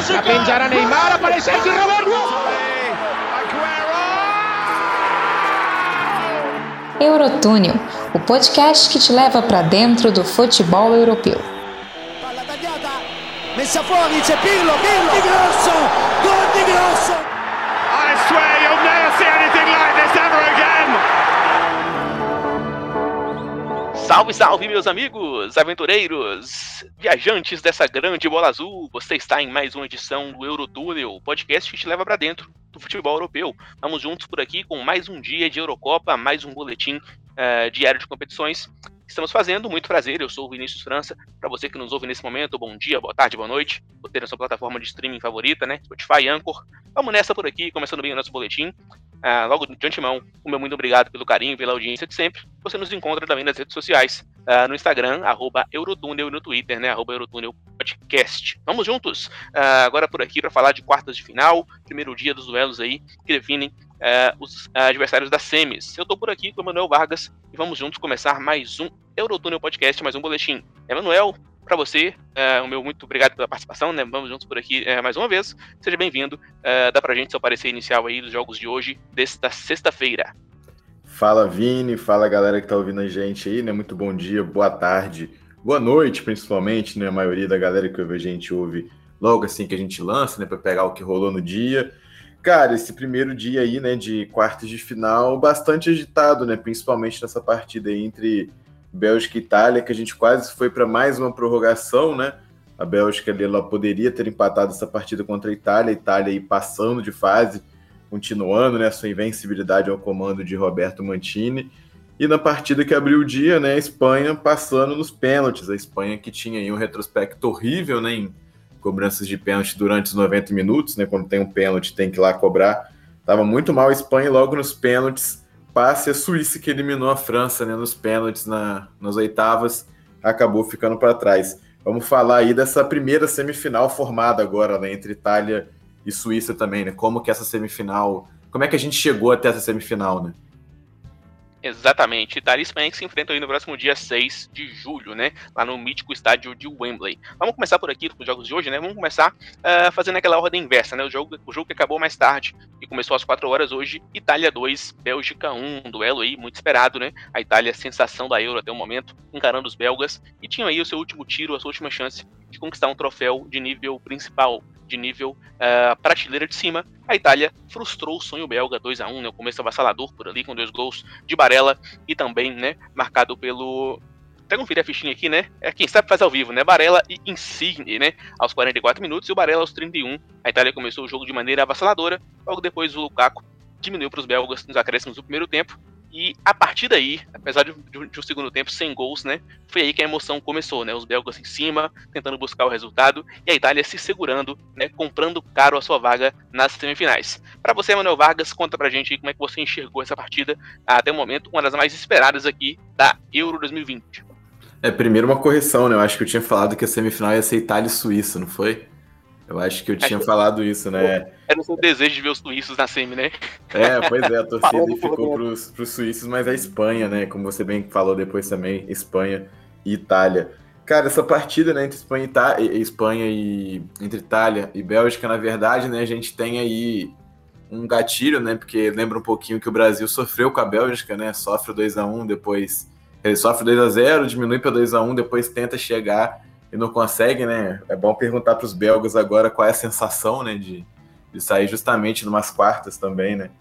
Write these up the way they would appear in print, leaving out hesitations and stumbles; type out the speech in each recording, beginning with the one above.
La pingerà Neymar, aparece aqui Roberto! Eurotúnel, o podcast que te leva para dentro do futebol europeu. Palla tagliata, messa fuori, c'è Pirlo, di Grosso, gol di Grosso! I swear you'll never see anything like this ever again! Salve, salve, meus amigos, aventureiros, viajantes dessa grande bola azul. Você está em mais uma edição do Eurotúnel, o podcast que te leva para dentro do futebol europeu. Vamos juntos por aqui com mais um dia de Eurocopa, mais um boletim diário de competições que estamos fazendo. Muito prazer, eu sou o Vinícius França. Para você que nos ouve nesse momento, bom dia, boa tarde, boa noite. Vou ter a sua plataforma de streaming favorita, né? Spotify, Anchor. Vamos nessa por aqui, começando bem o nosso boletim. Logo de antemão, o meu muito obrigado pelo carinho e pela audiência de sempre. Você nos encontra também nas redes sociais, no Instagram, @Eurotúnel, e no Twitter, né, @Eurotúnel Podcast. Vamos juntos, agora por aqui para falar de quartas de final, primeiro dia dos duelos aí, que definem os adversários das semis. Eu tô por aqui com o Emanuel Vargas e vamos juntos começar mais um Eurotúnel Podcast, mais um boletim. Emanuel, para você, o meu muito obrigado pela participação, né? Vamos juntos por aqui mais uma vez. Seja bem-vindo. Dá pra gente seu parecer inicial aí dos jogos de hoje, desta sexta-feira. Fala, Vini. Fala, galera que tá ouvindo a gente aí, né? Muito bom dia, boa tarde, boa noite, principalmente, né? A maioria da galera que ouve a gente ouve logo assim que a gente lança, né? Pra pegar o que rolou no dia. Cara, esse primeiro dia aí, né? De quartas de final, bastante agitado, né? Principalmente nessa partida aí entre Bélgica e Itália, que a gente quase foi para mais uma prorrogação, né? A Bélgica ali, ela poderia ter empatado essa partida contra a Itália aí passando de fase, continuando, né, sua invencibilidade ao comando de Roberto Mancini. E na partida que abriu o dia, né, a Espanha passando nos pênaltis. A Espanha que tinha aí um retrospecto horrível, né, em cobranças de pênalti durante os 90 minutos, né, quando tem um pênalti tem que ir lá cobrar. Tava muito mal a Espanha e logo nos pênaltis passe a Suíça, que eliminou a França, né, nos pênaltis nas oitavas, acabou ficando para trás. Vamos falar aí dessa primeira semifinal formada agora, né, entre Itália e Suíça também, né? Como que essa semifinal, como é que a gente chegou até essa semifinal, né? Exatamente, Itália e Espanha que se enfrentam aí no próximo dia 6 de julho, né? Lá no mítico estádio de Wembley. Vamos começar por aqui com os jogos de hoje, né? Vamos começar fazendo aquela ordem inversa, né? O jogo que acabou mais tarde e começou às 4 horas hoje, Itália 2, Bélgica 1, um duelo aí muito esperado, né? A Itália, sensação da Euro até o momento, encarando os belgas e tinham aí o seu último tiro, a sua última chance de conquistar um troféu de nível principal, de nível prateleira de cima. A Itália frustrou o sonho belga 2-1, né? O começo avassalador por ali, com 2 gols de Barella e também, né, marcado pelo... Até conferir a fichinha aqui, né? Quem sabe faz ao vivo, né? Barella e Insigne, né? Aos 44 minutos e o Barella aos 31. A Itália começou o jogo de maneira avassaladora. Logo depois o Lukaku diminuiu para os belgas nos acréscimos do primeiro tempo. E a partir daí, apesar de um segundo tempo sem gols, né, foi aí que a emoção começou, né, os belgas em cima, tentando buscar o resultado, e a Itália se segurando, né, comprando caro a sua vaga nas semifinais. Para você, Emanuel Vargas, conta pra gente aí como é que você enxergou essa partida, até o momento, uma das mais esperadas aqui da Euro 2020. Primeiro uma correção, né, eu acho que eu tinha falado que a semifinal ia ser Itália e Suíça, não foi? Eu acho que eu tinha falado isso, né? Era o seu desejo de ver os suíços na semi, né? Pois é, a torcida ficou pros suíços, mas a Espanha, né? Como você bem falou depois também, Espanha e Itália. Cara, essa partida, né, entre entre Itália e Bélgica, na verdade, né, a gente tem aí um gatilho, né? Porque lembra um pouquinho que o Brasil sofreu com a Bélgica, né? Sofre 2-1, depois ele sofre 2-0, diminui para 2-1, depois tenta chegar e não consegue, né? É bom perguntar para os belgas agora qual é a sensação, né, de sair justamente numas quartas também, né?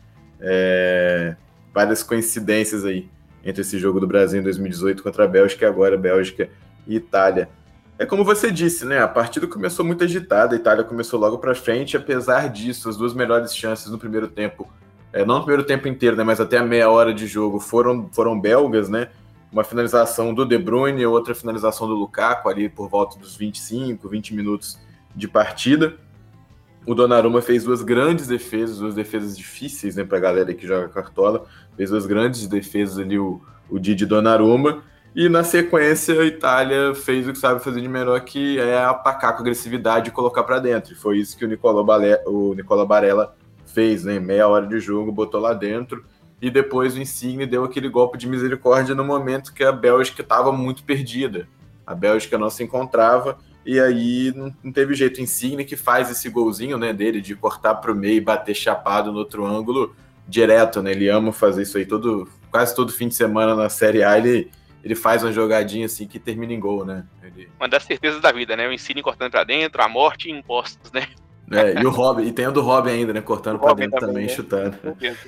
Várias coincidências aí entre esse jogo do Brasil em 2018 contra a Bélgica e agora Bélgica e Itália. É como você disse, né? A partida começou muito agitada, a Itália começou logo para frente, apesar disso, as duas melhores chances no primeiro tempo, não no primeiro tempo inteiro, né, mas até a meia hora de jogo foram belgas, né? Uma finalização do De Bruyne e outra finalização do Lukaku ali por volta dos 25, 20 minutos de partida. O Donnarumma fez duas defesas difíceis, né, para a galera que joga cartola, fez duas grandes defesas ali, o Didi Donnarumma, e na sequência a Itália fez o que sabe fazer de melhor, que é atacar com agressividade e colocar para dentro, e foi isso que o Nicola Barella fez, né, meia hora de jogo, botou lá dentro, e depois o Insigne deu aquele golpe de misericórdia no momento que a Bélgica estava muito perdida. A Bélgica não se encontrava e aí não teve jeito. Insigne que faz esse golzinho, né, dele, de cortar para o meio e bater chapado no outro ângulo direto, né, ele ama fazer isso aí, quase todo fim de semana na Série A ele faz uma jogadinha assim que termina em gol, né. Uma das certezas da vida, né, o Insigne cortando para dentro, a morte em impostos, né. E o Robin, e tem o do Robin ainda, né, cortando para dentro também, né? Chutando.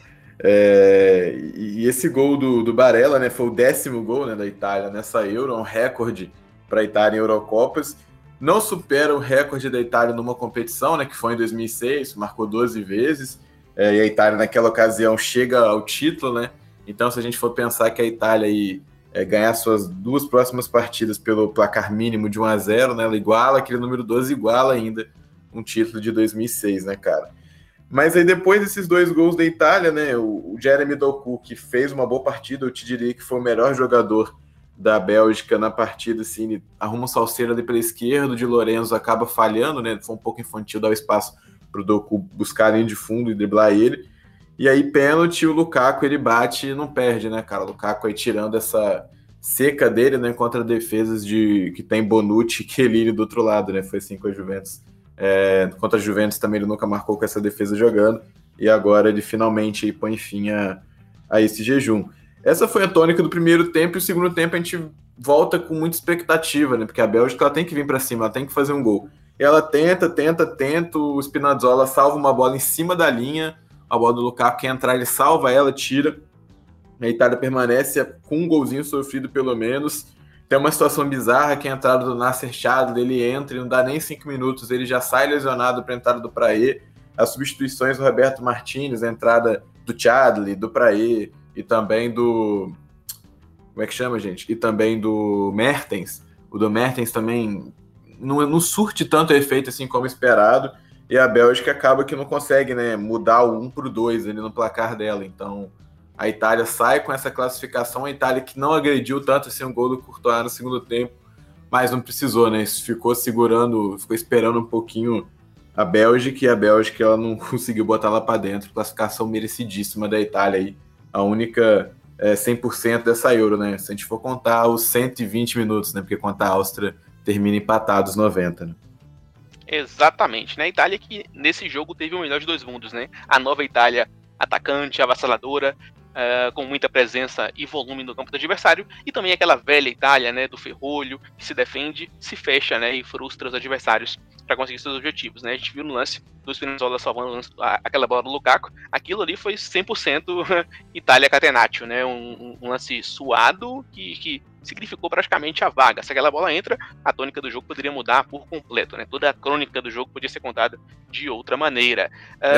E esse gol do Barella, né, foi o 10º gol, né, da Itália nessa Euro, um recorde para a Itália em Eurocopas. Não supera o recorde da Itália numa competição, né, que foi em 2006, marcou 12 vezes, e a Itália naquela ocasião chega ao título, né? Então, se a gente for pensar que a Itália aí, ganhar suas 2 próximas partidas pelo placar mínimo de 1-0, né, ela iguala, aquele número 12 iguala ainda um título de 2006, né, cara? Mas aí depois desses 2 gols da Itália, né, o Jeremy Doku, que fez uma boa partida, eu te diria que foi o melhor jogador da Bélgica na partida, assim, ele arruma um salseiro ali pela esquerda, o Di Lorenzo acaba falhando, né, foi um pouco infantil dar o espaço para o Doku buscar a linha de fundo e driblar ele, e aí pênalti, o Lukaku ele bate e não perde, né, cara, o Lukaku aí tirando essa seca dele, né, contra defesas que tem Bonucci e Chiellini do outro lado, né, foi assim com a Juventus. Contra a Juventus também ele nunca marcou com essa defesa jogando, e agora ele finalmente aí põe fim a esse jejum. Essa foi a tônica do primeiro tempo, e o segundo tempo a gente volta com muita expectativa, né? Porque a Bélgica ela tem que vir para cima, ela tem que fazer um gol. E ela tenta, o Spinazzola salva uma bola em cima da linha, a bola do Lukaku quer entrar, ele salva ela, tira. A Itália permanece com um golzinho sofrido pelo menos. Tem uma situação bizarra que a entrada do Nasser Chadli, ele entra e não dá nem 5 minutos, ele já sai lesionado para a entrada do Praé. As substituições do Roberto Martinez, a entrada do Chadli, do Praé e também do... Como é que chama, gente? E também do Mertens. O do Mertens também não surte tanto efeito assim como esperado, e a Bélgica acaba que não consegue, né, mudar o 1-2 ali no placar dela. Então a Itália sai com essa classificação, a Itália que não agrediu tanto assim um gol do Courtois no segundo tempo, mas não precisou, né? Ficou esperando um pouquinho a Bélgica, e a Bélgica ela não conseguiu botar lá para dentro. Classificação merecidíssima da Itália aí, a única 100% dessa Euro, né? Se a gente for contar os 120 minutos, né? Porque contra a Áustria termina empatado os 90, né? Exatamente, né? A Itália que nesse jogo teve o melhor de 2 mundos, né? A nova Itália atacante, avassaladora, com muita presença e volume no campo do adversário, e também aquela velha Itália, né, do ferrolho, que se defende, se fecha, né, e frustra os adversários para conseguir seus objetivos, né? A gente viu no lance do Spinazzola salvando aquela bola do Lukaku, aquilo ali foi 100% Itália Catenaccio, né? Um lance suado que significou praticamente a vaga. Se aquela bola entra, a tônica do jogo poderia mudar por completo, né? Toda a crônica do jogo podia ser contada de outra maneira.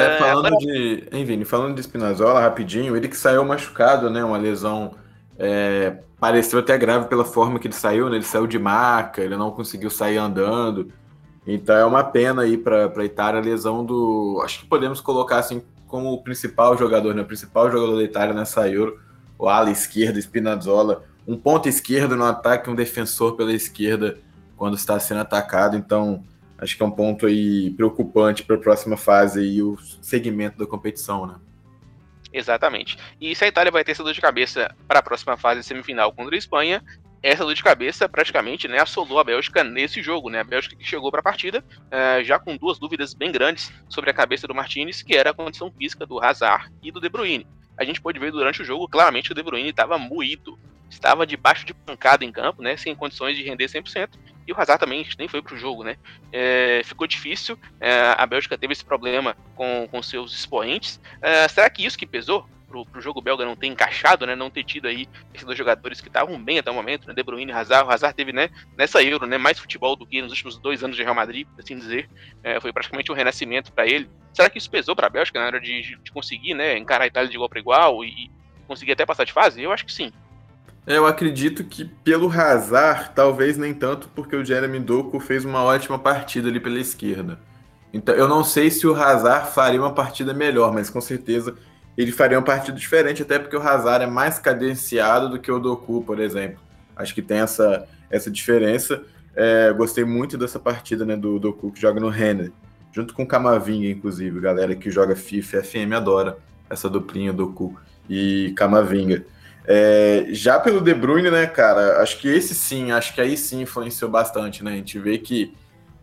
Falando de Spinazzola, rapidinho, ele que saiu machucado, né? Uma lesão pareceu até grave pela forma que ele saiu, né? Ele saiu de maca, ele não conseguiu sair andando. Então é uma pena aí para a Itália a lesão do... Acho que podemos colocar assim como o principal jogador, né? O principal jogador da Itália nessa Euro, o ala esquerdo, Spinazzola. Um ponta esquerdo no ataque, um defensor pela esquerda quando está sendo atacado. Então acho que é um ponto aí preocupante para a próxima fase e o segmento da competição, né? Exatamente. E se a Itália vai ter essa dor de cabeça para a próxima fase semifinal contra a Espanha, essa dor de cabeça praticamente, né, assolou a Bélgica nesse jogo, né? A Bélgica que chegou para a partida já com 2 dúvidas bem grandes sobre a cabeça do Martinez, que era a condição física do Hazard e do De Bruyne. A gente pôde ver durante o jogo claramente que o De Bruyne estava moído, estava debaixo de pancada em campo, né, sem condições de render 100%, e o Hazard também nem foi para o jogo, né? Ficou difícil, a Bélgica teve esse problema com seus expoentes. Será que isso que pesou pro jogo belga não ter encaixado, né, não ter tido aí esses 2 jogadores que estavam bem até o momento, né, De Bruyne e Hazard? O Hazard teve, né, nessa Euro, né, mais futebol do que nos últimos 2 anos de Real Madrid, assim dizer. Foi praticamente um renascimento para ele. Será que isso pesou para a Bélgica na hora de conseguir, né, encarar a Itália de igual para igual e conseguir até passar de fase? Eu acho que sim. Eu acredito que pelo Hazard, talvez nem tanto, porque o Jeremy Doku fez uma ótima partida ali pela esquerda. Então eu não sei se o Hazard faria uma partida melhor, mas com certeza ele faria uma partida diferente, até porque o Hazard é mais cadenciado do que o Doku, por exemplo. Acho que tem essa diferença. Gostei muito dessa partida, né, do Doku, que joga no Rennes, junto com o Camavinga, inclusive. Galera que joga FIFA e FM adora essa duplinha Doku e Camavinga. Já pelo De Bruyne, né, cara, acho que aí sim influenciou bastante, né? A gente vê que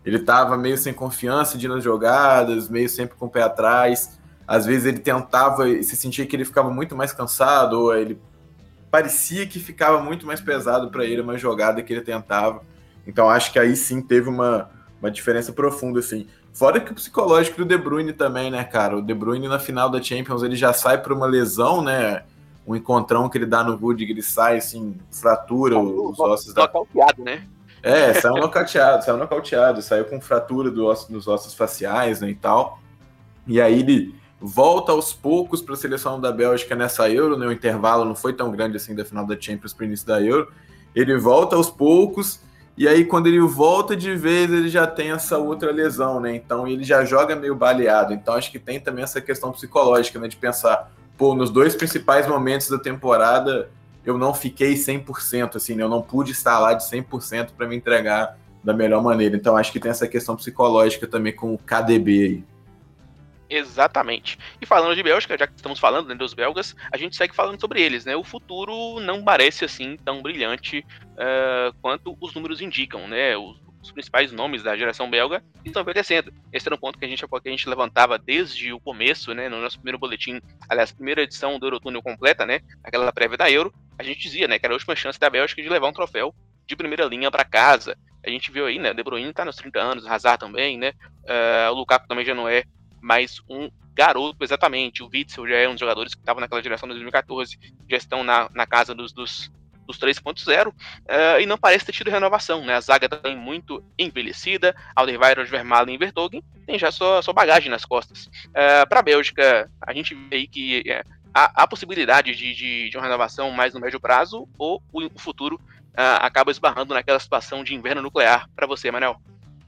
ele tava meio sem confiança de ir nas jogadas, meio sempre com o pé atrás. Às vezes ele tentava e se sentia que ele ficava muito mais cansado, ou ele parecia que ficava muito mais pesado para ele uma jogada que ele tentava. Então acho que aí sim teve uma diferença profunda, assim. Fora que o psicológico do De Bruyne também, né, cara? O De Bruyne na final da Champions, ele já sai por uma lesão, né? Um encontrão que ele dá no Rudiger, ele sai, assim, fratura os ossos da... Nocauteado, né? Saiu nocauteado, saiu com fratura nos ossos faciais, né, e tal. E aí ele volta aos poucos para a seleção da Bélgica nessa Euro, né? O intervalo não foi tão grande assim da final da Champions para o início da Euro. Ele volta aos poucos, e aí quando ele volta de vez, ele já tem essa outra lesão, né? Então ele já joga meio baleado. Então acho que tem também essa questão psicológica, né? De pensar, pô, nos 2 principais momentos da temporada, eu não fiquei 100%, assim, né? Eu não pude estar lá de 100% para me entregar da melhor maneira. Então acho que tem essa questão psicológica também com o KDB aí. Exatamente. E falando de Bélgica, já que estamos falando, né, dos belgas, a gente segue falando sobre eles, né? O futuro não parece assim tão brilhante quanto os números indicam, né? Os principais nomes da geração belga estão envelhecendo. Esse era um ponto que a gente levantava desde o começo, né? No nosso primeiro boletim, aliás, primeira edição do Eurotúnel completa, né? Aquela prévia da Euro, a gente dizia, né, que era a última chance da Bélgica de levar um troféu de primeira linha para casa. A gente viu aí, né? O De Bruyne tá nos 30 anos, o Hazard também, né? O Lukaku também já não é mais um garoto, exatamente. O Witsel já é um dos jogadores que estavam naquela geração de 2014, já estão na casa dos 3.0, e não parece ter tido renovação, né? A zaga também muito envelhecida, Alderweireld, Vermaelen e Vertonghen tem já sua bagagem nas costas. Para a Bélgica, a gente vê aí que há possibilidade de uma renovação mais no médio prazo, ou o futuro acaba esbarrando naquela situação de inverno nuclear. Para você, Manel?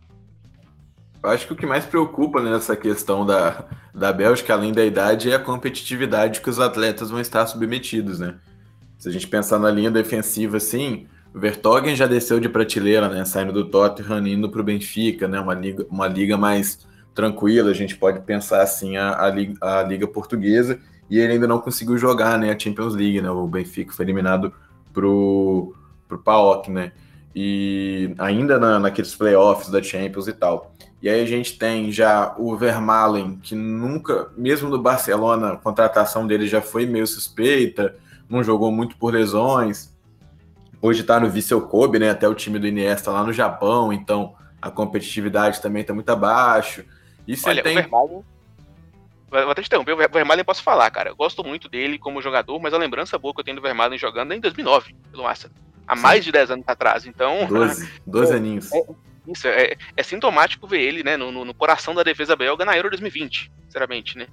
Eu acho que o que mais preocupa nessa questão da Bélgica, além da idade, é a competitividade que os atletas vão estar submetidos, né? Se a gente pensar na linha defensiva, assim, o Vertonghen já desceu de prateleira, né? Saindo do Tottenham e indo para o Benfica, né? Uma liga mais tranquila, a gente pode pensar assim, a liga portuguesa, e ele ainda não conseguiu jogar, né? A Champions League, né? O Benfica foi eliminado pro PAOK, né? E ainda naqueles playoffs da Champions e tal. E aí a gente tem já o Vermaelen, que nunca, mesmo no Barcelona, a contratação dele já foi meio suspeita, não jogou muito por lesões. Hoje está no Vissel Kobe, né? Até o time do Iniesta lá no Japão, então a competitividade também está muito abaixo. E você Olha, tem... o Vermaelen... Vou até interromper, o Vermaelen posso falar, cara. Eu gosto muito dele como jogador, mas a lembrança boa que eu tenho do Vermaelen jogando é em 2009, pelo Arsenal. Há mais de 10 anos atrás, então... 12 aninhos. Isso, é sintomático ver ele, né, no coração da defesa belga na Euro 2020, sinceramente, né?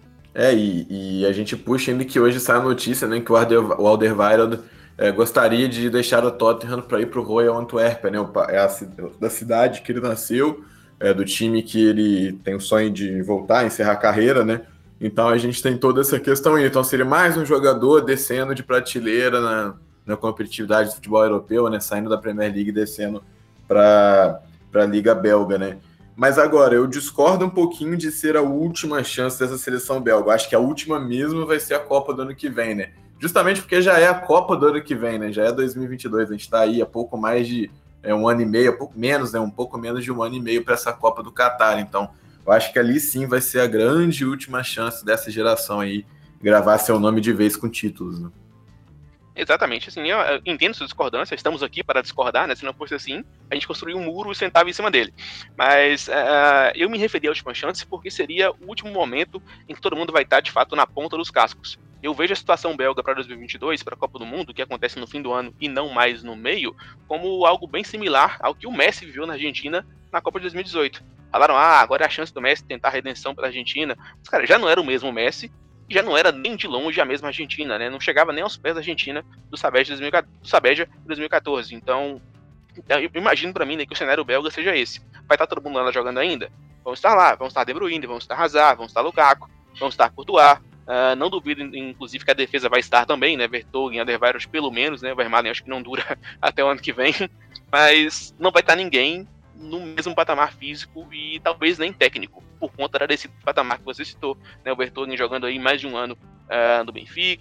E a gente puxa ainda que hoje sai a notícia, né, que o Alderweireld gostaria de deixar o Tottenham para ir para o Royal Antwerp, né, da cidade que ele nasceu, do time que ele tem o sonho de voltar, encerrar a carreira, né? Então a gente tem toda essa questão aí. Então seria mais um jogador descendo de prateleira na competitividade do futebol europeu, né, saindo da Premier League e descendo para a Liga Belga, né? Mas agora, eu discordo um pouquinho de ser a última chance dessa seleção belga. Eu acho que a última mesmo vai ser a Copa do ano que vem, né? Justamente porque já é a Copa do ano que vem, né? Já é 2022, a gente está aí há pouco mais de um ano e meio, um pouco menos de um ano e meio para essa Copa do Catar. Então, eu acho que ali sim vai ser a grande última chance dessa geração aí gravar seu nome de vez com títulos, né? Exatamente, assim, eu entendo sua discordância, estamos aqui para discordar, né? Se não fosse assim, a gente construía um muro e sentava em cima dele. Mas eu me referi à última chance porque seria o último momento em que todo mundo vai estar, de fato, na ponta dos cascos. Eu vejo a situação belga para 2022, para a Copa do Mundo, que acontece no fim do ano e não mais no meio, como algo bem similar ao que o Messi viveu na Argentina na Copa de 2018. Falaram, agora é a chance do Messi tentar a redenção pela Argentina. Mas, cara, já não era o mesmo Messi, já não era nem de longe a mesma Argentina, né? Não chegava nem aos pés da Argentina do Sabeja de 2014. Então, eu imagino para mim, né, que o cenário belga seja esse. Vai estar todo mundo lá jogando ainda? Vamos estar lá, vamos estar De Bruyne, vamos estar Hazard, vamos estar Lukaku, vamos estar Courtois. Não duvido, inclusive, que a defesa vai estar também, né? Vertonghen, Alderweireld, pelo menos, né? O Vermaelen acho que não dura até o ano que vem. Mas não vai estar ninguém no mesmo patamar físico e talvez nem técnico, por conta desse patamar que você citou, né? O Vertonghen jogando aí mais de um ano no Benfica,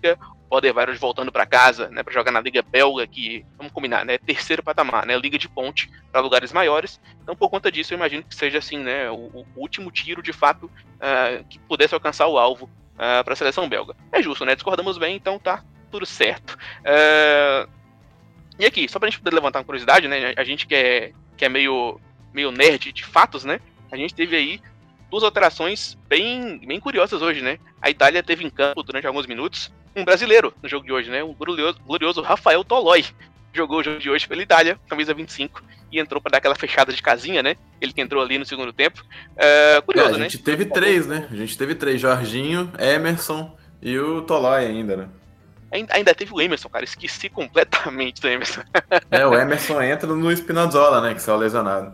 Alderweireld voltando para casa, né, para jogar na Liga Belga, que, vamos combinar, né, terceiro patamar, né, Liga de ponte para lugares maiores. Então, por conta disso, eu imagino que seja assim, né, o último tiro, de fato, que pudesse alcançar o alvo para a seleção belga. É justo, né, discordamos bem, então tá tudo certo. E aqui, só pra gente poder levantar uma curiosidade, né, a gente que é meio nerd de fatos, né, a gente teve aí 2 alterações bem curiosas hoje, né. A Itália teve em campo durante alguns minutos um brasileiro no jogo de hoje, né? Um glorioso Rafael Toloi. Jogou o jogo de hoje pela Itália, camisa 25, e entrou para dar aquela fechada de casinha, né? Ele que entrou ali no segundo tempo. Curioso, né? A gente teve 3, né? A gente teve 3, Jorginho, Emerson e o Toloi ainda, né? Ainda teve o Emerson, cara. Esqueci completamente do Emerson. O Emerson entra no Spinazzola, né? Que saiu lesionado.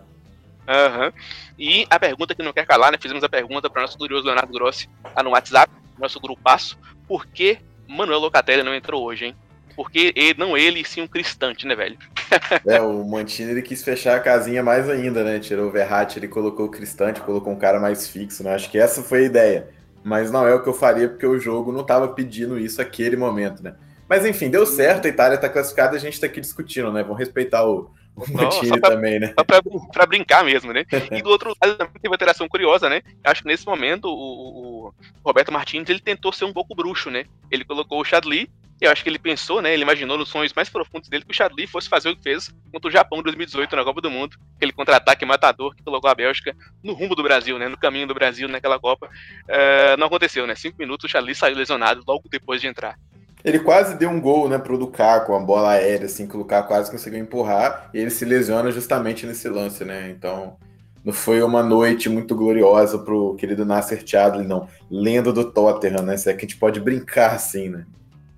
E a pergunta que não quer calar, né? Fizemos a pergunta para o nosso glorioso Leonardo Grossi lá no WhatsApp, nosso grupaço. Por que Manuel Locatelli não entrou hoje, hein? Porque não ele, sim um Cristante, né, velho? O Mancini, ele quis fechar a casinha mais ainda, né? Tirou o Verratti, ele colocou o Cristante, colocou um cara mais fixo, né? Acho que essa foi a ideia. Mas não é o que eu faria, porque o jogo não estava pedindo isso naquele momento, né? Mas enfim, deu certo, a Itália está classificada, a gente está aqui discutindo, né? Vamos respeitar o Mancini também, né? Só pra brincar mesmo, né? E do outro lado também teve uma interação curiosa, né? Acho que nesse momento o Roberto Martínez, ele tentou ser um pouco bruxo, né? Ele colocou o Chadli, e eu acho que ele pensou, né? Ele imaginou nos sonhos mais profundos dele que o Chadli fosse fazer o que fez contra o Japão em 2018 na Copa do Mundo. Aquele contra-ataque matador que colocou a Bélgica no rumo do Brasil, né? No caminho do Brasil naquela Copa. Não aconteceu, né? 5 minutos o Chadli saiu lesionado logo depois de entrar. Ele quase deu um gol, né, pro Lukaku, uma bola aérea, assim, que o Lukaku quase conseguiu empurrar, e ele se lesiona justamente nesse lance, né? Então, não foi uma noite muito gloriosa pro querido Nasser Chadli, não. Lenda do Tottenham, né? Se é que a gente pode brincar assim, né?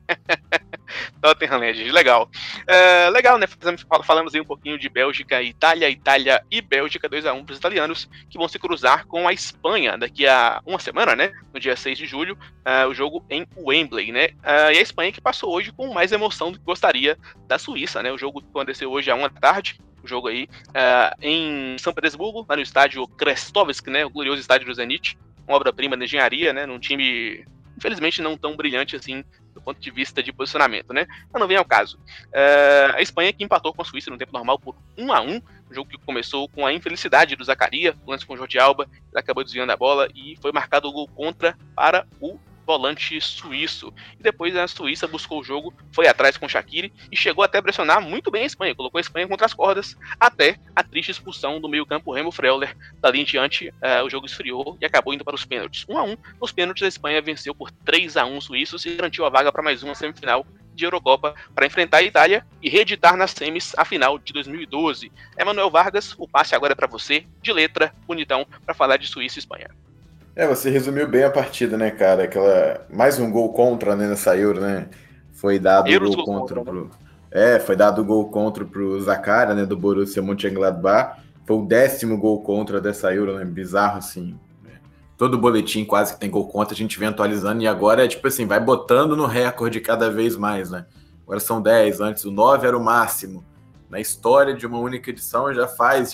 Tottenham Legend, legal. Legal, né? Falamos aí um pouquinho de Bélgica e Itália e Bélgica 2-1 para os italianos, que vão se cruzar com a Espanha daqui a uma semana, né? No dia 6 de julho, o jogo em Wembley, né? E a Espanha que passou hoje com mais emoção do que gostaria da Suíça, né? O jogo aconteceu hoje à 1 da tarde, o jogo aí em São Petersburgo, lá no estádio Krestovsk, né? O glorioso estádio do Zenit, uma obra-prima da engenharia, né? Num time, infelizmente, não tão brilhante assim do ponto de vista de posicionamento, né? Mas não vem ao caso. A Espanha que empatou com a Suíça no tempo normal por 1-1, um jogo que começou com a infelicidade do Zaccaria, lance com o Jordi Alba, ele acabou desviando a bola e foi marcado o gol contra para o volante suíço. E depois a Suíça buscou o jogo, foi atrás com o Shaqiri e chegou até a pressionar muito bem a Espanha, colocou a Espanha contra as cordas, até a triste expulsão do meio-campo Remo Freuler. Dali em diante, o jogo esfriou e acabou indo para os pênaltis. 1-1, nos pênaltis a Espanha venceu por 3-1 os suíços e garantiu a vaga para mais uma semifinal de Eurocopa para enfrentar a Itália e reeditar nas semis a final de 2012. Emanuel Vargas, o passe agora é para você, de letra, bonitão, para falar de Suíça e Espanha. Você resumiu bem a partida, né, cara? Mais um gol contra, né, nessa Euro, né? Foi dado o gol contra pro... foi dado o gol contra pro Zaccaria, né, do Borussia Mönchengladbach. Foi o 10º gol contra dessa Euro, né? Bizarro, assim. Todo boletim quase que tem gol contra, a gente vem atualizando, e agora tipo assim, vai botando no recorde cada vez mais, né? Agora são 10, antes o 9 era o máximo. Na história de uma única edição já faz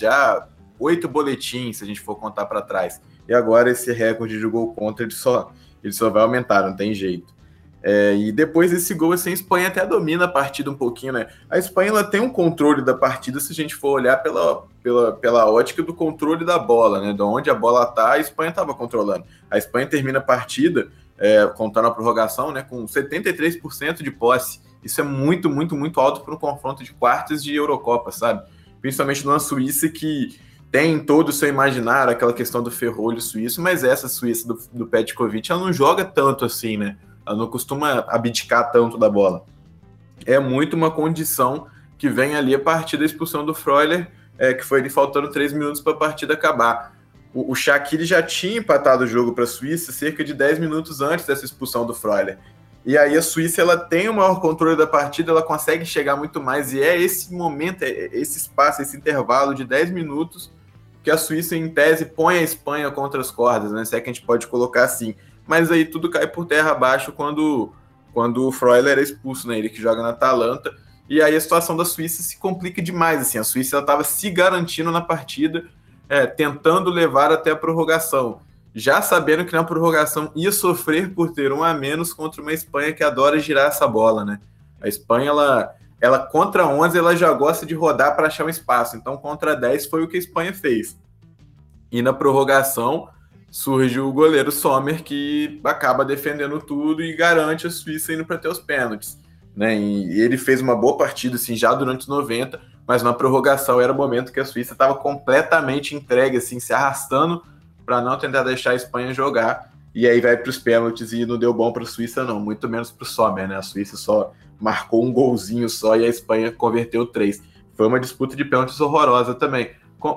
8 boletins, se a gente for contar para trás. E agora esse recorde de gol contra, ele só vai aumentar, não tem jeito. E depois desse gol, assim, a Espanha até domina a partida um pouquinho, né? A Espanha ela tem um controle da partida se a gente for olhar pela ótica do controle da bola, né? De onde a bola tá, a Espanha estava controlando. A Espanha termina a partida, contando a prorrogação, né, com 73% de posse. Isso é muito, muito, muito alto para um confronto de quartas de Eurocopa, sabe? Principalmente numa Suíça que tem todo o seu imaginário, aquela questão do ferrolho suíço, mas essa Suíça do Petkovic, ela não joga tanto assim, né? Ela não costuma abdicar tanto da bola. É muito uma condição que vem ali a partir da expulsão do Freuler, que foi ali faltando 3 minutos para a partida acabar. O Shaqiri já tinha empatado o jogo para a Suíça cerca de 10 minutos antes dessa expulsão do Freuler. E aí a Suíça ela tem o maior controle da partida, ela consegue chegar muito mais, e é esse momento, esse espaço, esse intervalo de 10 minutos que a Suíça, em tese, põe a Espanha contra as cordas, né? Se é que a gente pode colocar assim. Mas aí tudo cai por terra abaixo quando o Freuler é expulso, né? Ele que joga na Atalanta. E aí a situação da Suíça se complica demais, assim. A Suíça estava se garantindo na partida, tentando levar até a prorrogação. já sabendo que na prorrogação ia sofrer por ter um a menos contra uma Espanha que adora girar essa bola, né? A Espanha, ela contra 11, ela já gosta de rodar para achar um espaço. Então, contra 10 foi o que a Espanha fez. E na prorrogação, surge o goleiro Sommer, que acaba defendendo tudo e garante a Suíça indo para ter os pênaltis, né? E ele fez uma boa partida, assim, já durante os 90, mas na prorrogação era o momento que a Suíça estava completamente entregue, assim, se arrastando para não tentar deixar a Espanha jogar. E aí vai para os pênaltis e não deu bom para a Suíça, não. Muito menos para o Sommer, né? A Suíça só marcou um golzinho só e a Espanha converteu 3. Foi uma disputa de pênaltis horrorosa também.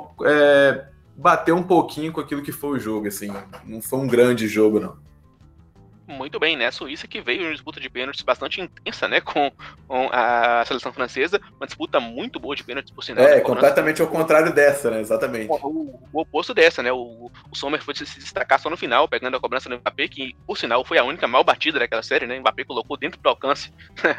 Bateu um pouquinho com aquilo que foi o jogo, assim. Não foi um grande jogo, não. Muito bem, né? A Suíça que veio em uma disputa de pênaltis bastante intensa, né? Com a seleção francesa. Uma disputa muito boa de pênaltis, por sinal. Completamente ao contrário dessa, né? Exatamente. O oposto dessa, né? O Sommer foi se destacar só no final, pegando a cobrança do Mbappé, que, por sinal, foi a única mal batida daquela série, né? O Mbappé colocou dentro do alcance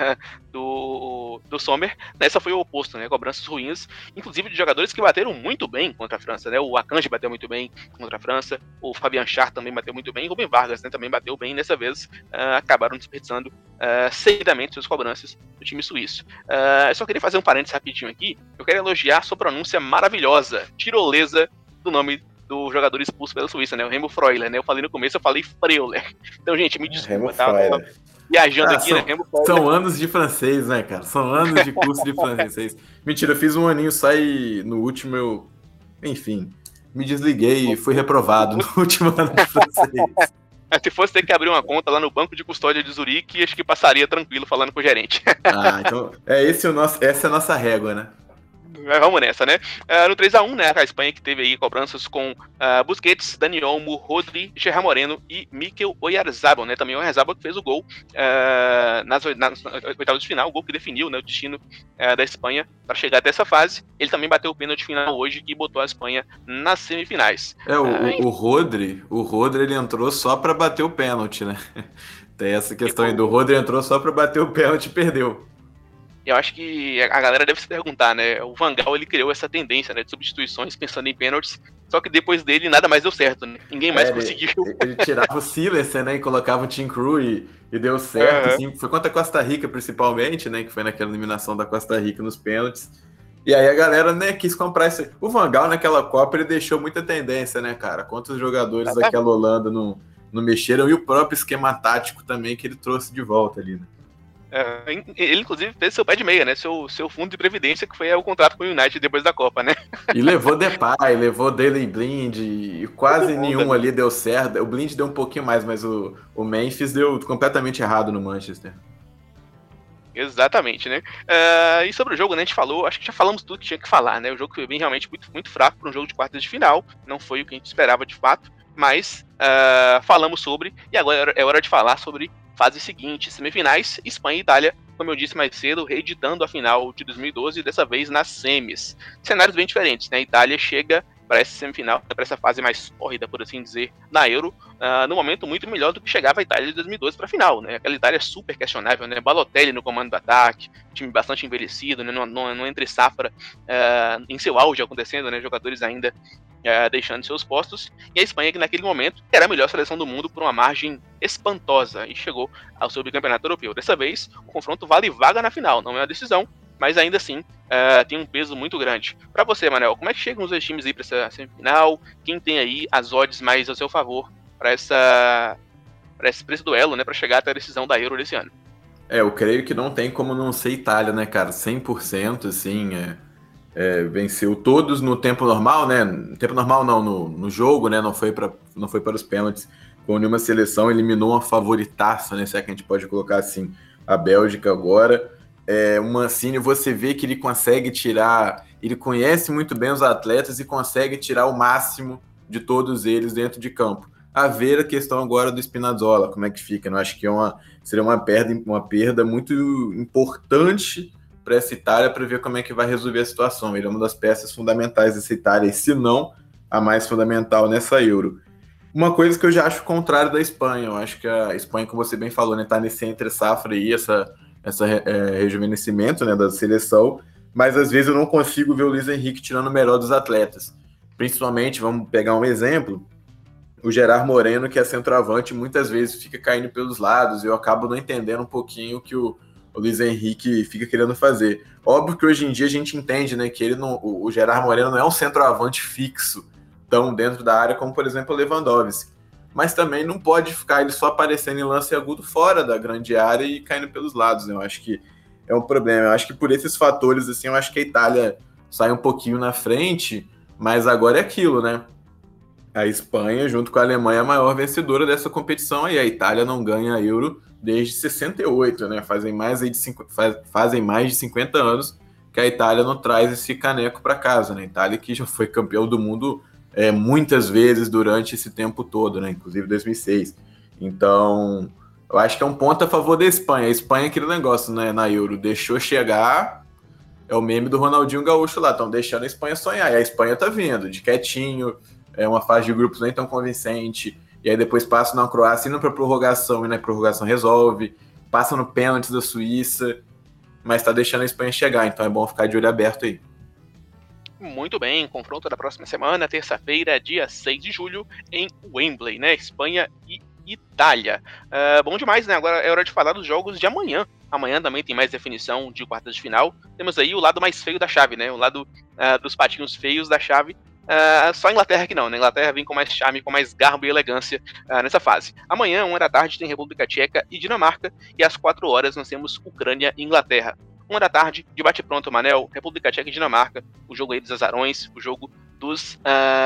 do Sommer. Nessa foi o oposto, né? Cobranças ruins, inclusive de jogadores que bateram muito bem contra a França, né? O Akanji bateu muito bem contra a França, o Fabian Schär também bateu muito bem, e o Rubem Vargas, né, também bateu bem. Nessa vez acabaram desperdiçando seguidamente suas cobranças do time suíço. Eu só queria fazer um parênteses rapidinho aqui. Eu quero elogiar sua pronúncia maravilhosa, tirolesa, do nome do jogador expulso pela Suíça, né? O Remo Freuler, né? Eu falei no começo, eu falei Freuler. Então, gente, me desculpa, tá? Viajando aqui, né? São anos de francês, né, cara? São anos de curso de francês. Mentira, eu fiz um aninho só e no último eu... Enfim, me desliguei e fui reprovado no último ano de francês. Se fosse ter que abrir uma conta lá no banco de custódia de Zurique, acho que passaria tranquilo falando com o gerente. Então essa é a nossa régua, né? Vamos nessa, né? No 3-1, né? A Espanha que teve aí cobranças com Busquets, Dani Olmo, Rodri, Gerard Moreno e Mikel Oyarzabal, né? Também o Oyarzabal que fez o gol nas oitavas de final, o gol que definiu, né, o destino da Espanha para chegar até essa fase. Ele também bateu o pênalti final hoje e botou a Espanha nas semifinais. O Rodri, ele entrou só para bater o pênalti, né? Tem essa questão aí do Rodri, entrou só para bater o pênalti e perdeu. Eu acho que a galera deve se perguntar, né? O Van Gaal, ele criou essa tendência, né, de substituições pensando em pênaltis, só que depois dele nada mais deu certo, né? Ninguém mais conseguiu. Ele tirava o Silencer, né, e colocava o Team Crew e deu certo, assim. Foi contra a Costa Rica, principalmente, né, que foi naquela eliminação da Costa Rica nos pênaltis. E aí a galera, né, quis comprar isso. O Van Gaal, naquela Copa, ele deixou muita tendência, né, cara? Quantos jogadores daquela Holanda não mexeram, e o próprio esquema tático também que ele trouxe de volta ali, né? Ele, inclusive, fez seu pé de meia, né? Seu fundo de previdência, que foi o contrato com o United depois da Copa, né? E levou Depay, levou Daley Blind, e quase nenhum ali deu certo. O Blind deu um pouquinho mais, mas o Memphis deu completamente errado no Manchester. Exatamente, né? E sobre o jogo, né, a gente falou, acho que já falamos tudo que tinha que falar, né? O jogo foi bem realmente muito, muito fraco para um jogo de quartas de final, não foi o que a gente esperava de fato, mas falamos sobre, e agora é hora de falar sobre fase seguinte, semifinais, Espanha e Itália, como eu disse mais cedo, reeditando a final de 2012, dessa vez nas semis. Cenários bem diferentes, né? A Itália chega para essa semifinal, para essa fase mais córrida, por assim dizer, na Euro, no momento muito melhor do que chegava a Itália de 2012 para a final, né? Aquela Itália super questionável, né? Balotelli no comando do ataque, time bastante envelhecido, né? No entre safra, em seu auge acontecendo, né? Jogadores ainda deixando seus postos, e a Espanha, que naquele momento era a melhor seleção do mundo por uma margem espantosa, e chegou ao seu bicampeonato europeu. Dessa vez, o confronto vale vaga na final, não é uma decisão, mas ainda assim tem um peso muito grande. Para você, Manel, como é que chegam os dois times aí para essa semifinal? Quem tem aí as odds mais a seu favor para esse duelo, né, para chegar até a decisão da Euro desse ano? Eu creio que não tem como não ser Itália, né, cara? 100%, assim, venceu todos no tempo normal, né? No tempo normal não, no jogo, né? Não foi para os pênaltis. Com nenhuma seleção, eliminou uma favoritaça, né? Se é que a gente pode colocar assim, a Bélgica agora. O Mancini, você vê que ele consegue tirar, ele conhece muito bem os atletas e consegue tirar o máximo de todos eles dentro de campo. A ver a questão agora do Spinazzola, como é que fica? Eu acho que seria uma perda muito importante para essa Itália, para ver como é que vai resolver a situação. Ele é uma das peças fundamentais dessa Itália, e se não, a mais fundamental nessa Euro. Uma coisa que eu já acho contrário da Espanha, eu acho que a Espanha, como você bem falou, né, tá nesse entre-safra aí, essa rejuvenescimento, né, da seleção, mas às vezes eu não consigo ver o Luiz Henrique tirando o melhor dos atletas. Principalmente, vamos pegar um exemplo, o Gerard Moreno, que é centroavante, muitas vezes fica caindo pelos lados, e eu acabo não entendendo um pouquinho o que o Luiz Henrique fica querendo fazer. Óbvio que hoje em dia a gente entende, né, que ele não, o Gerard Moreno não é um centroavante fixo, tão dentro da área como, por exemplo, o Lewandowski. Mas também não pode ficar ele só aparecendo em lance agudo fora da grande área e caindo pelos lados, né? Eu acho que é um problema. Eu acho que por esses fatores, assim, eu acho que a Itália sai um pouquinho na frente, mas agora é aquilo, né? A Espanha, junto com a Alemanha, é a maior vencedora dessa competição aí. A Itália não ganha a Euro desde 68, né? Fazem mais de 50 anos que a Itália não traz esse caneco para casa, né? A Itália que já foi campeão do mundo muitas vezes durante esse tempo todo, né? Inclusive 2006. Então, eu acho que é um ponto a favor da Espanha. A Espanha é aquele negócio, né? Na Euro, deixou chegar, é o meme do Ronaldinho Gaúcho lá, estão deixando a Espanha sonhar. E a Espanha tá vindo, de quietinho, uma fase de grupos nem tão convincente, e aí depois passa na Croácia, indo para prorrogação, e na prorrogação resolve, passa no pênalti da Suíça, mas tá deixando a Espanha chegar, então é bom ficar de olho aberto aí. Muito bem, confronto da próxima semana, terça-feira, dia 6 de julho, em Wembley, né? Espanha e Itália. Bom demais, né? Agora é hora de falar dos jogos de amanhã. Amanhã também tem mais definição de quartas de final. Temos aí o lado mais feio da chave, né? O lado dos patinhos feios da chave. Só a Inglaterra que não, né? A Inglaterra vem com mais charme, com mais garbo e elegância nessa fase. Amanhã, 1h da tarde, tem República Tcheca e Dinamarca. E às 4h nós temos Ucrânia e Inglaterra. 1h da tarde, de bate-pronto, Manel, República Tcheca e Dinamarca, o jogo aí dos azarões, o jogo dos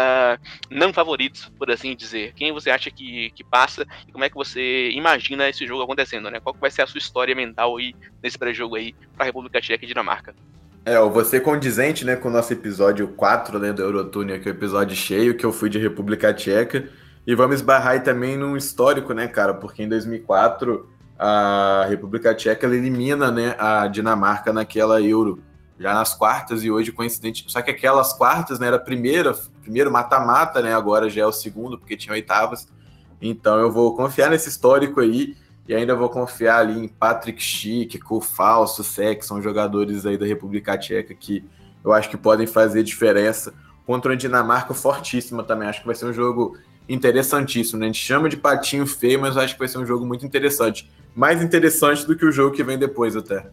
não favoritos, por assim dizer. Quem você acha que passa e como é que você imagina esse jogo acontecendo, né? Qual que vai ser a sua história mental aí nesse pré-jogo aí para República Tcheca e Dinamarca? Eu vou ser condizente, né, com o nosso episódio 4, né, do Eurotúnel, que é o episódio cheio, que eu fui de República Tcheca, e vamos esbarrar aí também num histórico, né, cara, porque em 2004 a República Tcheca ela elimina, né, a Dinamarca naquela Euro, já nas quartas, e hoje coincidente, só que aquelas quartas, né, era primeiro mata-mata, né, agora já é o segundo, porque tinha oitavas, então eu vou confiar nesse histórico aí, e ainda vou confiar ali em Patrick Schick, Koufal, Souček, que são jogadores aí da República Tcheca que eu acho que podem fazer diferença contra uma Dinamarca fortíssima também. Acho que vai ser um jogo interessantíssimo, né? A gente chama de patinho feio, mas eu acho que vai ser um jogo muito interessante. Mais interessante do que o jogo que vem depois até.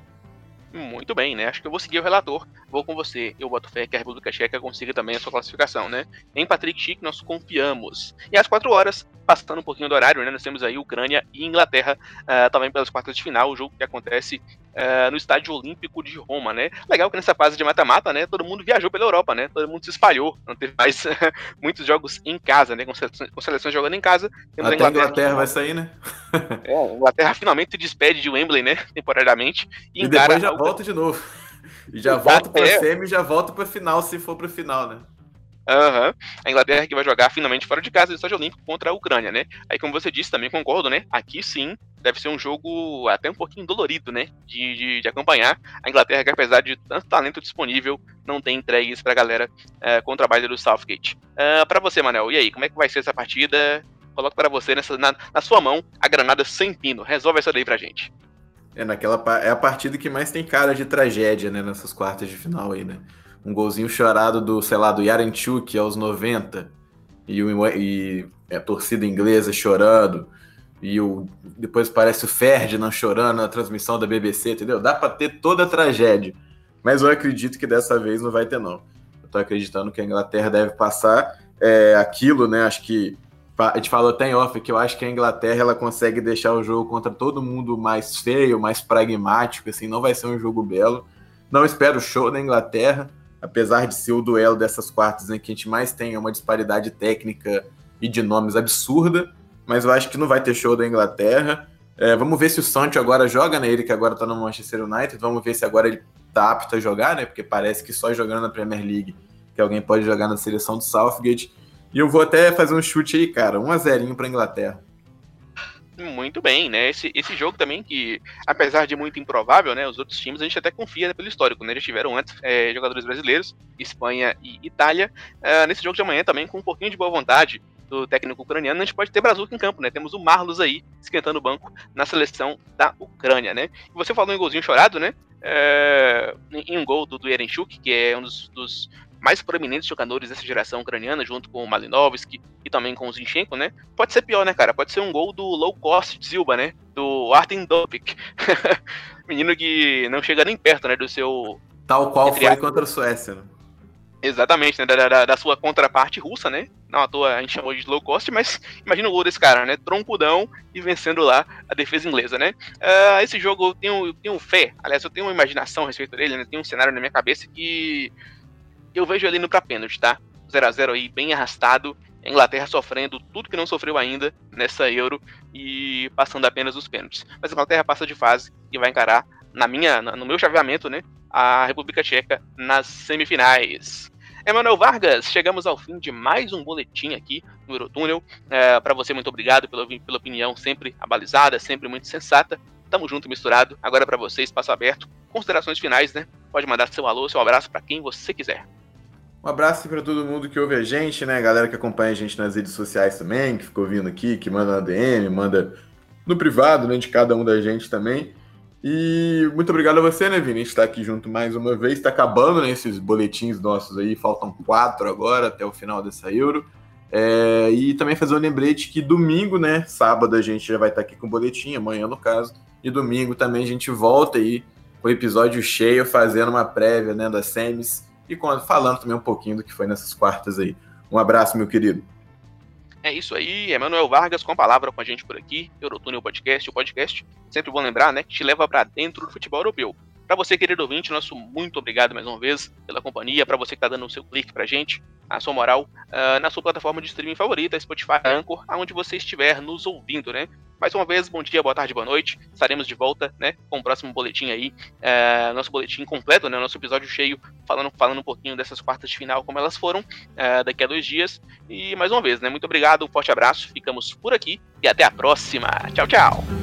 Muito bem, né? Acho que eu vou seguir o relator. Vou com você. Eu boto fé que a República Tcheca consiga também a sua classificação, né? Em Patrick Schick nós confiamos. E às 4h, passando um pouquinho do horário, né? Nós temos aí Ucrânia e Inglaterra também pelas quartas de final. O jogo que acontece no Estádio Olímpico de Roma, né? Legal que nessa fase de mata-mata, né? Todo mundo viajou pela Europa, né? Todo mundo se espalhou. Não teve mais muitos jogos em casa, né? Com seleções jogando em casa. Temos até a Inglaterra vai sair, né? A Inglaterra finalmente se despede de Wembley, né? Temporariamente. E depois já volta de novo. E já volta para semi e já volta para final, se for para final, né? A Inglaterra que vai jogar finalmente fora de casa no Estádio Olímpico contra a Ucrânia, né? Aí, como você disse, também concordo, né? Aqui sim, deve ser um jogo até um pouquinho dolorido, né? De acompanhar. A Inglaterra, que apesar de tanto talento disponível, não tem entregues pra galera com o trabalho do Southgate. Pra você, Manel, e aí, como é que vai ser essa partida? Coloco para você na sua mão a granada sem pino. Resolve essa daí pra gente. É a partida que mais tem cara de tragédia, né? Nessas quartas de final aí, né? Um golzinho chorado do Yaremchuk aos 90 e a torcida inglesa chorando e depois parece o Ferdinand chorando na transmissão da BBC, entendeu? Dá pra ter toda a tragédia, mas eu acredito que dessa vez não vai ter, não. Eu tô acreditando que a Inglaterra deve passar aquilo, né? Acho que a gente falou até em off que eu acho que a Inglaterra ela consegue deixar o jogo contra todo mundo mais feio, mais pragmático, assim, não vai ser um jogo belo. Não espero show da Inglaterra, apesar de ser o duelo dessas quartas em que a gente mais tem uma disparidade técnica e de nomes absurda, mas eu acho que não vai ter show da Inglaterra. Vamos ver se o Sancho agora joga, né? Ele que agora tá no Manchester United, vamos ver se agora ele tá apto a jogar, né? Porque parece que só jogando na Premier League que alguém pode jogar na seleção do Southgate. E eu vou até fazer um chute aí, cara, 1-0 pra Inglaterra. Muito bem, né? Esse jogo também que, apesar de muito improvável, né? Os outros times a gente até confia pelo histórico, né? Eles tiveram antes jogadores brasileiros, Espanha e Itália. Nesse jogo de amanhã também, com um pouquinho de boa vontade do técnico ucraniano, a gente pode ter Brazuca em campo, né? Temos o Marlos aí, esquentando o banco na seleção da Ucrânia, né? E você falou em golzinho chorado, né? Em um gol do Yaremchuk, que é um dos mais proeminentes jogadores dessa geração ucraniana, junto com o Malinovski e também com o Zinchenko, né? Pode ser pior, né, cara? Pode ser um gol do low cost de Silva, né? Do Artem Dopik. Menino que não chega nem perto, né, do seu... Tal qual foi contra a Suécia, né? Exatamente, né, da sua contraparte russa, né? Não à toa a gente chamou de low cost, mas imagina o gol desse cara, né? Troncudão e vencendo lá a defesa inglesa, né? Esse jogo eu tenho fé, aliás, eu tenho uma imaginação a respeito dele, né? Tem um cenário na minha cabeça que eu vejo ele indo pra pênalti, tá? 0x0 aí, bem arrastado, a Inglaterra sofrendo tudo que não sofreu ainda nessa Euro e passando apenas os pênaltis. Mas a Inglaterra passa de fase e vai encarar, no meu chaveamento, né? A República Tcheca nas semifinais. Emanuel Vargas, chegamos ao fim de mais um boletim aqui no Eurotúnel. Para você, muito obrigado pela opinião sempre abalizada, sempre muito sensata. Tamo junto e misturado. Agora para você, espaço aberto. Considerações finais, né? Pode mandar seu alô, seu abraço para quem você quiser. Um abraço para todo mundo que ouve a gente, né? Galera que acompanha a gente nas redes sociais também, que ficou vindo aqui, que manda na DM, manda no privado, né? De cada um da gente também. E muito obrigado a você, né, Vini? A gente tá aqui junto mais uma vez. Tá acabando, né, esses boletins nossos aí. Faltam 4 agora até o final dessa Euro. E também fazer um lembrete que domingo, né, sábado a gente já vai estar aqui com o boletim, amanhã no caso. E domingo também a gente volta aí com o episódio cheio, fazendo uma prévia, né, das semis. E falando também um pouquinho do que foi nessas quartas aí. Um abraço, meu querido. É isso aí, Emanuel Vargas com a palavra com a gente por aqui, Eurotúnel Podcast, o podcast, sempre bom lembrar, né, que te leva para dentro do futebol europeu. Para você, querido ouvinte, nosso muito obrigado mais uma vez pela companhia, para você que tá dando o seu clique pra gente, a sua moral, na sua plataforma de streaming favorita, Spotify, Anchor, aonde você estiver nos ouvindo, né. Mais uma vez, bom dia, boa tarde, boa noite, estaremos de volta, né, com o próximo boletim aí, nosso boletim completo, né, nosso episódio cheio, falando um pouquinho dessas quartas de final, como elas foram, daqui a 2 dias, e mais uma vez, né, muito obrigado, um forte abraço, ficamos por aqui, e até a próxima, tchau, tchau!